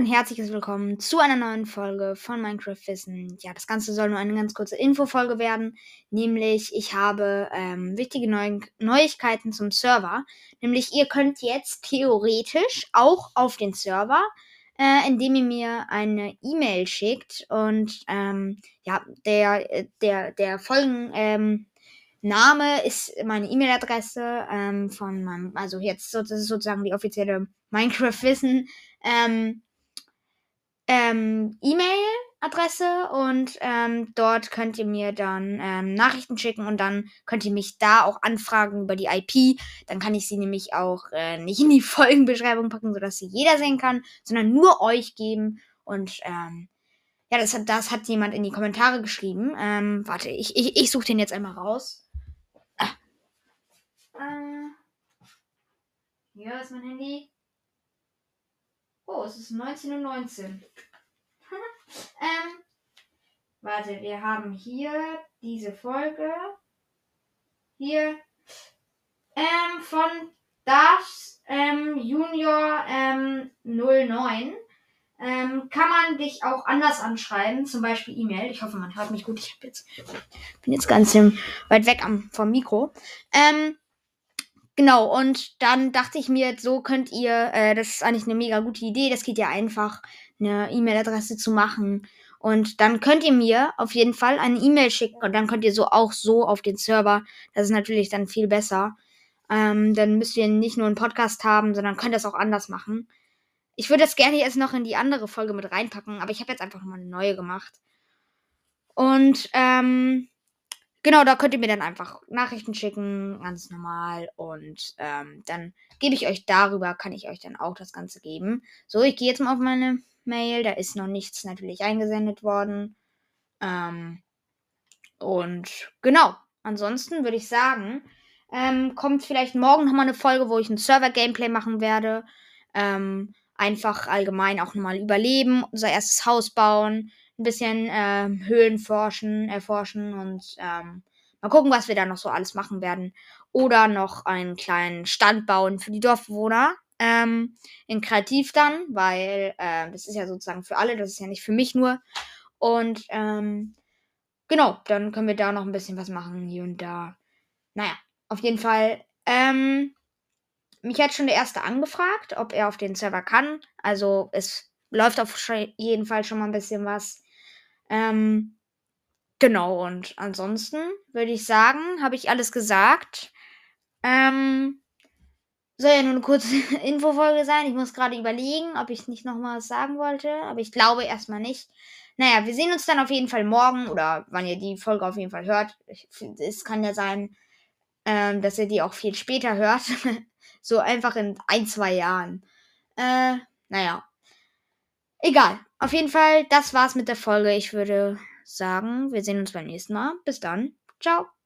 ein herzliches Willkommen zu einer neuen Folge von Minecraft Wissen. Ja, das Ganze soll nur eine ganz kurze Infofolge werden, nämlich ich habe wichtige Neuigkeiten zum Server. Nämlich ihr könnt jetzt theoretisch auch auf den Server, indem ihr mir eine E-Mail schickt und ja, der Folgen Name ist meine E-Mail-Adresse von meinem, also jetzt das ist sozusagen die offizielle Minecraft Wissen E-Mail-Adresse und dort könnt ihr mir dann Nachrichten schicken und dann könnt ihr mich da auch anfragen über die IP. Dann kann ich sie nämlich auch nicht in die Folgenbeschreibung packen, sodass sie jeder sehen kann, sondern nur euch geben. Und ja, das hat jemand in die Kommentare geschrieben. Warte, ich suche den jetzt einmal raus. Hier ist mein Handy. Oh, es ist 19:19 Uhr. Warte, wir haben hier diese Folge. Hier. Von Das Junior 09. Kann man dich auch anders anschreiben, zum Beispiel E-Mail. Ich hoffe, man hört mich gut. Bin jetzt ganz weit weg vom Mikro. Genau, und dann dachte ich mir, so könnt ihr, das ist eigentlich eine mega gute Idee, das geht ja einfach, eine E-Mail-Adresse zu machen. Und dann könnt ihr mir auf jeden Fall eine E-Mail schicken und dann könnt ihr auch so auf den Server. Das ist natürlich dann viel besser. Dann müsst ihr nicht nur einen Podcast haben, sondern könnt das auch anders machen. Ich würde das gerne jetzt noch in die andere Folge mit reinpacken, aber ich habe jetzt einfach nochmal eine neue gemacht. Und, genau, da könnt ihr mir dann einfach Nachrichten schicken, ganz normal. Und dann gebe ich euch darüber, kann ich euch dann auch das Ganze geben. So, ich gehe jetzt mal auf meine Mail. Da ist noch nichts natürlich eingesendet worden. Und genau, ansonsten würde ich sagen, kommt vielleicht morgen nochmal eine Folge, wo ich ein Server-Gameplay machen werde. Einfach allgemein auch nochmal überleben, unser erstes Haus bauen, ein bisschen Höhlen erforschen und mal gucken, was wir da noch so alles machen werden. Oder noch einen kleinen Stand bauen für die Dorfbewohner. In Kreativ dann, weil das ist ja sozusagen für alle, das ist ja nicht für mich nur. Und genau, dann können wir da noch ein bisschen was machen, hier und da. Naja, auf jeden Fall. Mich hat schon der Erste angefragt, ob er auf den Server kann. Also es läuft auf jeden Fall schon mal ein bisschen was. Genau, und ansonsten würde ich sagen, habe ich alles gesagt. Soll ja nur eine kurze Infofolge sein. Ich muss gerade überlegen, ob ich nicht noch mal was sagen wollte. Aber ich glaube erstmal nicht. Naja, wir sehen uns dann auf jeden Fall morgen oder wann ihr die Folge auf jeden Fall hört. Es kann ja sein, dass ihr die auch viel später hört. So einfach in 1, 2 Jahren. Naja. Egal. Auf jeden Fall, das war's mit der Folge. Ich würde sagen, wir sehen uns beim nächsten Mal. Bis dann. Ciao.